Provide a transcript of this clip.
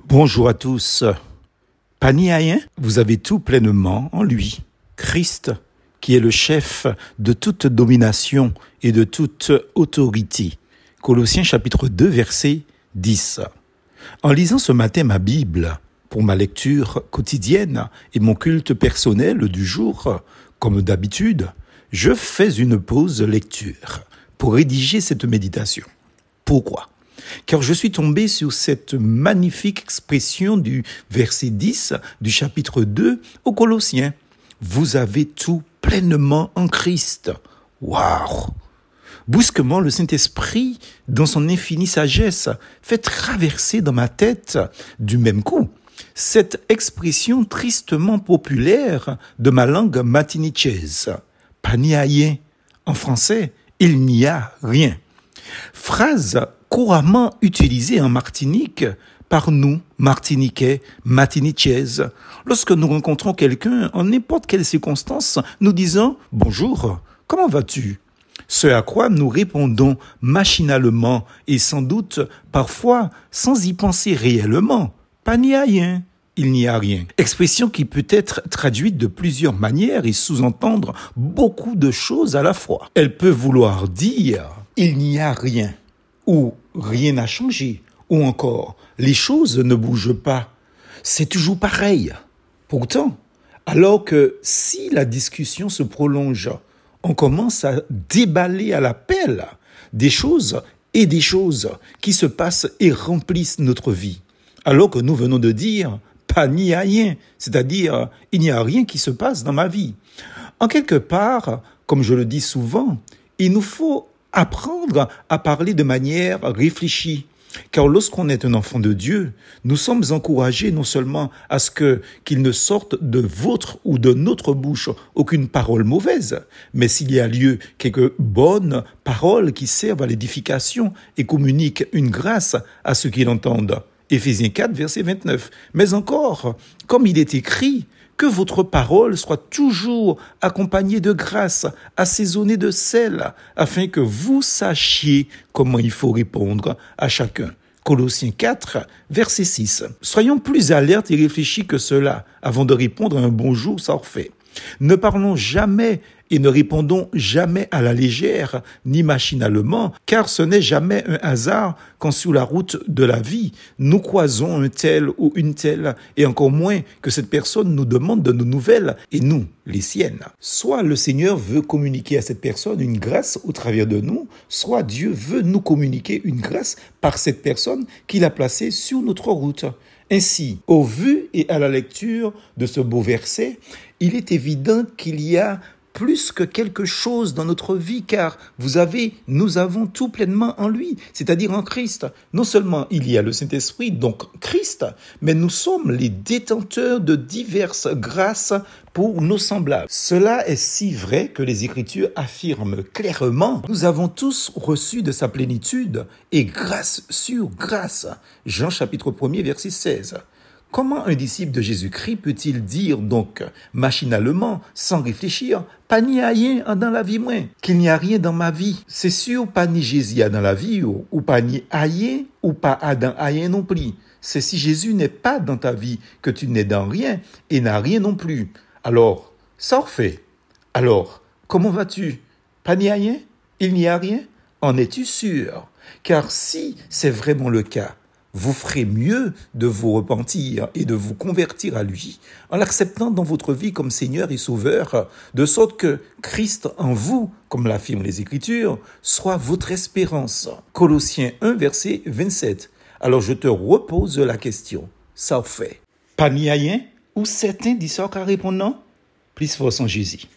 Bonjour à tous. Paniaïen, vous avez tout pleinement en lui. Christ, qui est le chef de toute domination et de toute autorité. Colossiens chapitre 2, verset 10. En lisant ce matin ma Bible, pour ma lecture quotidienne et mon culte personnel du jour, comme d'habitude, je fais une pause lecture pour rédiger cette méditation. Pourquoi ? Car je suis tombé sur cette magnifique expression du verset 10 du chapitre 2 aux Colossiens. Vous avez tout pleinement en Christ. Waouh! Brusquement, le Saint-Esprit, dans son infinie sagesse, fait traverser dans ma tête, du même coup, cette expression tristement populaire de ma langue martiniquaise. Paniaïen. En français, il n'y a rien. Phrase couramment utilisée en Martinique par nous, Martiniquais, Martiniquaises, lorsque nous rencontrons quelqu'un en n'importe quelle circonstance, nous disons « Bonjour, comment vas-tu ?» Ce à quoi nous répondons machinalement et sans doute parfois sans y penser réellement « Paniaïen ». Il n'y a rien. Expression qui peut être traduite de plusieurs manières et sous-entendre beaucoup de choses à la fois. Elle peut vouloir dire « il n'y a rien » ou « rien n'a changé » ou encore « les choses ne bougent pas ». C'est toujours pareil. Pourtant, alors que si la discussion se prolonge, on commence à déballer à la pelle des choses qui se passent et remplissent notre vie. Alors que nous venons de dire « pas ni à rien », c'est-à-dire « il n'y a rien qui se passe dans ma vie ». En quelque part, comme je le dis souvent, il nous faut apprendre à parler de manière réfléchie. Car lorsqu'on est un enfant de Dieu, nous sommes encouragés non seulement à ce qu'il ne sorte de votre ou de notre bouche aucune parole mauvaise, mais s'il y a lieu quelques bonnes paroles qui servent à l'édification et communiquent une grâce à ceux qui l'entendent. Éphésiens 4, verset 29. Mais encore, comme il est écrit, que votre parole soit toujours accompagnée de grâce, assaisonnée de sel, afin que vous sachiez comment il faut répondre à chacun. Colossiens 4, verset 6. Soyons plus alertes et réfléchis que cela avant de répondre à un bonjour parfait. Ne parlons jamais et ne répondons jamais à la légère ni machinalement, car ce n'est jamais un hasard quand sur la route de la vie, nous croisons un tel ou une telle, et encore moins que cette personne nous demande de nos nouvelles, et nous, les siennes. Soit le Seigneur veut communiquer à cette personne une grâce au travers de nous, soit Dieu veut nous communiquer une grâce par cette personne qu'il a placée sur notre route. Ainsi, au vu et à la lecture de ce beau verset, il est évident qu'il y a plus que quelque chose dans notre vie, car nous avons tout pleinement en lui, c'est-à-dire en Christ. Non seulement il y a le Saint-Esprit, donc Christ, mais nous sommes les détenteurs de diverses grâces pour nos semblables. Cela est si vrai que les Écritures affirment clairement, nous avons tous reçu de sa plénitude et grâce sur grâce. Jean chapitre 1er, verset 16. Comment un disciple de Jésus-Christ peut-il dire donc machinalement, sans réfléchir, « pas ni rien dans la vie moins », qu'il n'y a rien dans ma vie? C'est sûr, pas ni Jésus dans la vie, ou pas ni rien, ou pas dans rien non plus. C'est si Jésus n'est pas dans ta vie que tu n'es dans rien et n'as rien non plus. Alors, ça en fait. Alors, comment vas-tu? Pas ni rien? Il n'y a rien? En es-tu sûr? Car si c'est vraiment le cas, vous ferez mieux de vous repentir et de vous convertir à lui en l'acceptant dans votre vie comme Seigneur et Sauveur, de sorte que Christ en vous, comme l'affirment les Écritures, soit votre espérance. Colossiens 1, verset 27. Alors je te repose la question. Ça fait. Pas ni rien ou certains disent ça qu'à répondre non? Plus fort en Jésus.